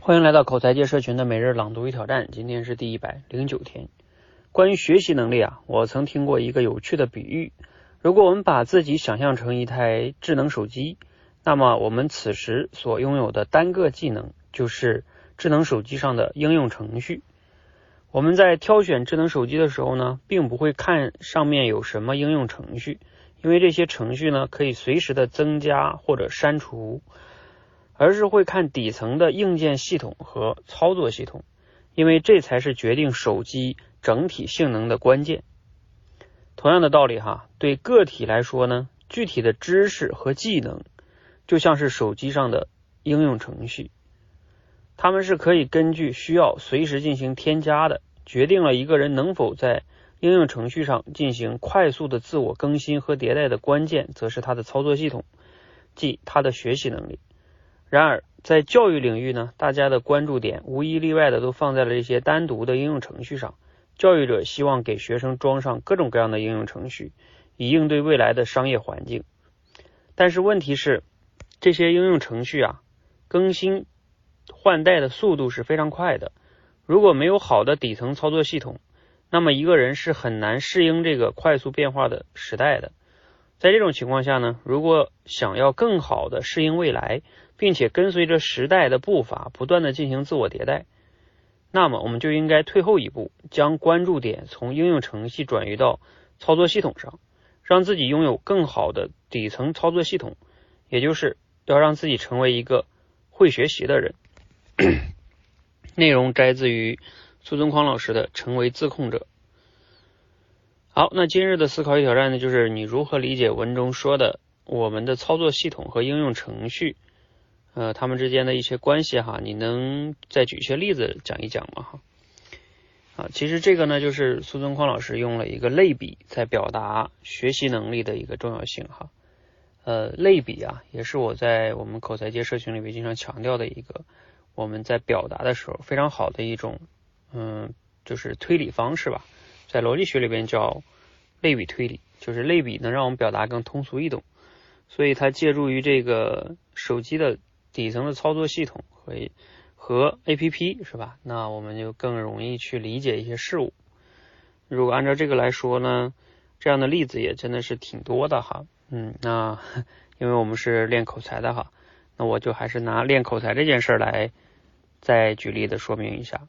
欢迎来到口才界社群的每日朗读与挑战，今天是第109天。关于学习能力我曾听过一个有趣的比喻，如果我们把自己想象成一台智能手机，那么我们此时所拥有的单个技能就是智能手机上的应用程序。我们在挑选智能手机的时候呢，并不会看上面有什么应用程序，因为这些程序呢可以随时的增加或者删除，而是会看底层的硬件系统和操作系统，因为这才是决定手机整体性能的关键。同样的道理对个体来说呢，具体的知识和技能就像是手机上的应用程序，它们是可以根据需要随时进行添加的，决定了一个人能否在应用程序上进行快速的自我更新和迭代的关键，则是它的操作系统，即它的学习能力。然而在教育领域呢，大家的关注点无一例外的都放在了这些单独的应用程序上，教育者希望给学生装上各种各样的应用程序，以应对未来的商业环境。但是问题是，这些应用程序更新换代的速度是非常快的，如果没有好的底层操作系统，那么一个人是很难适应这个快速变化的时代的。在这种情况下呢，如果想要更好的适应未来，并且跟随着时代的步伐不断的进行自我迭代，那么我们就应该退后一步，将关注点从应用程序转移到操作系统上，让自己拥有更好的底层操作系统，也就是要让自己成为一个会学习的人。内容摘自于苏东匡老师的《成为自控者》。好，那今日的思考与挑战呢，就是你如何理解文中说的我们的操作系统和应用程序它们之间的一些关系你能再举一些例子讲一讲吗其实这个呢，就是苏东匡老师用了一个类比在表达学习能力的一个重要性类比也是我在我们口才界社群里面经常强调的一个我们在表达的时候非常好的一种就是推理方式吧，在逻辑学里边叫类比推理，就是类比能让我们表达更通俗易懂，所以它借助于这个手机的底层的操作系统和 APP 是吧，那我们就更容易去理解一些事物。如果按照这个来说呢，这样的例子也真的是挺多的那因为我们是练口才的那我就还是拿练口才这件事来再举例的说明一下。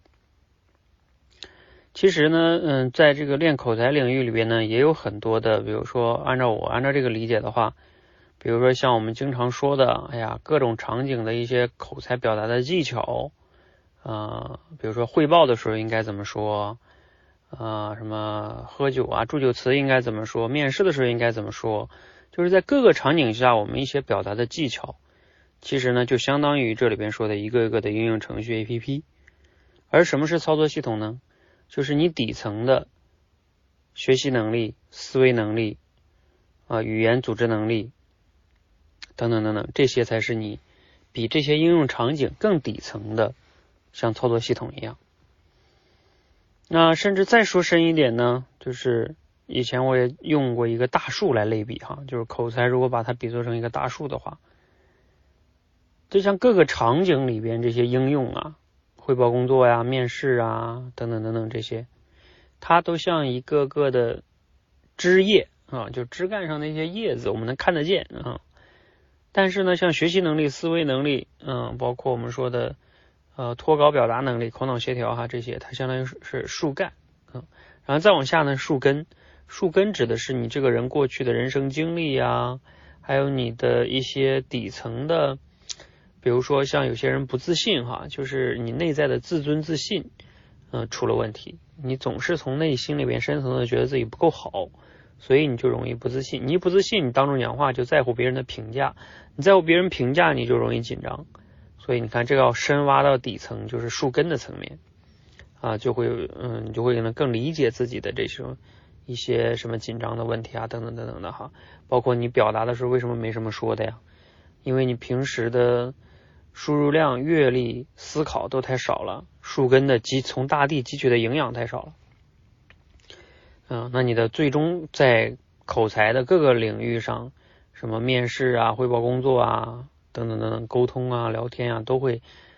其实呢在这个练口才领域里边呢，也有很多的，比如说按照这个理解的话，比如说像我们经常说的各种场景的一些口才表达的技巧比如说汇报的时候应该怎么说什么喝酒助酒词应该怎么说，面试的时候应该怎么说，就是在各个场景下我们一些表达的技巧，其实呢就相当于这里边说的一个一个的应用程序 APP。 而什么是操作系统呢？就是你底层的学习能力、思维能力语言组织能力等等等等，这些才是你比这些应用场景更底层的，像操作系统一样。那甚至再说深一点呢，就是以前我也用过一个大树来类比就是口才如果把它比作成一个大树的话，就像各个场景里边这些应用汇报工作面试等等等等，这些它都像一个个的枝叶就枝干上的一些叶子，我们能看得见但是呢，像学习能力、思维能力包括我们说的脱稿表达能力、口脑协调这些，它相当于是树干然后再往下呢，树根指的是你这个人过去的人生经历还有你的一些底层的，比如说像有些人不自信就是你内在的自尊自信出了问题，你总是从内心里边深层的觉得自己不够好，所以你就容易不自信，你一不自信，你当众讲话就在乎别人的评价，你在乎别人评价，你就容易紧张，所以你看这个要深挖到底层，就是树根的层面你就会能更理解自己的这种一些什么紧张的问题等等等等的包括你表达的时候为什么没什么说的呀，因为你平时的输入量、阅历、思考都太少了，树根的从大地汲取的营养太少了那你的最终在口才的各个领域上，什么面试汇报工作等等等等，沟通聊天都会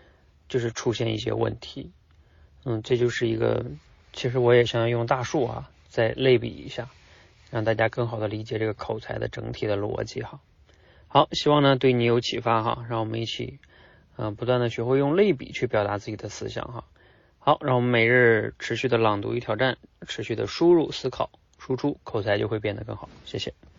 就是出现一些问题。这就是一个，其实我也想用大数再类比一下，让大家更好的理解这个口才的整体的逻辑好，希望呢对你有启发让我们一起不断的学会用类比去表达自己的思想好，让我们每日持续的朗读与挑战，持续的输入思考输出，口才就会变得更好。谢谢。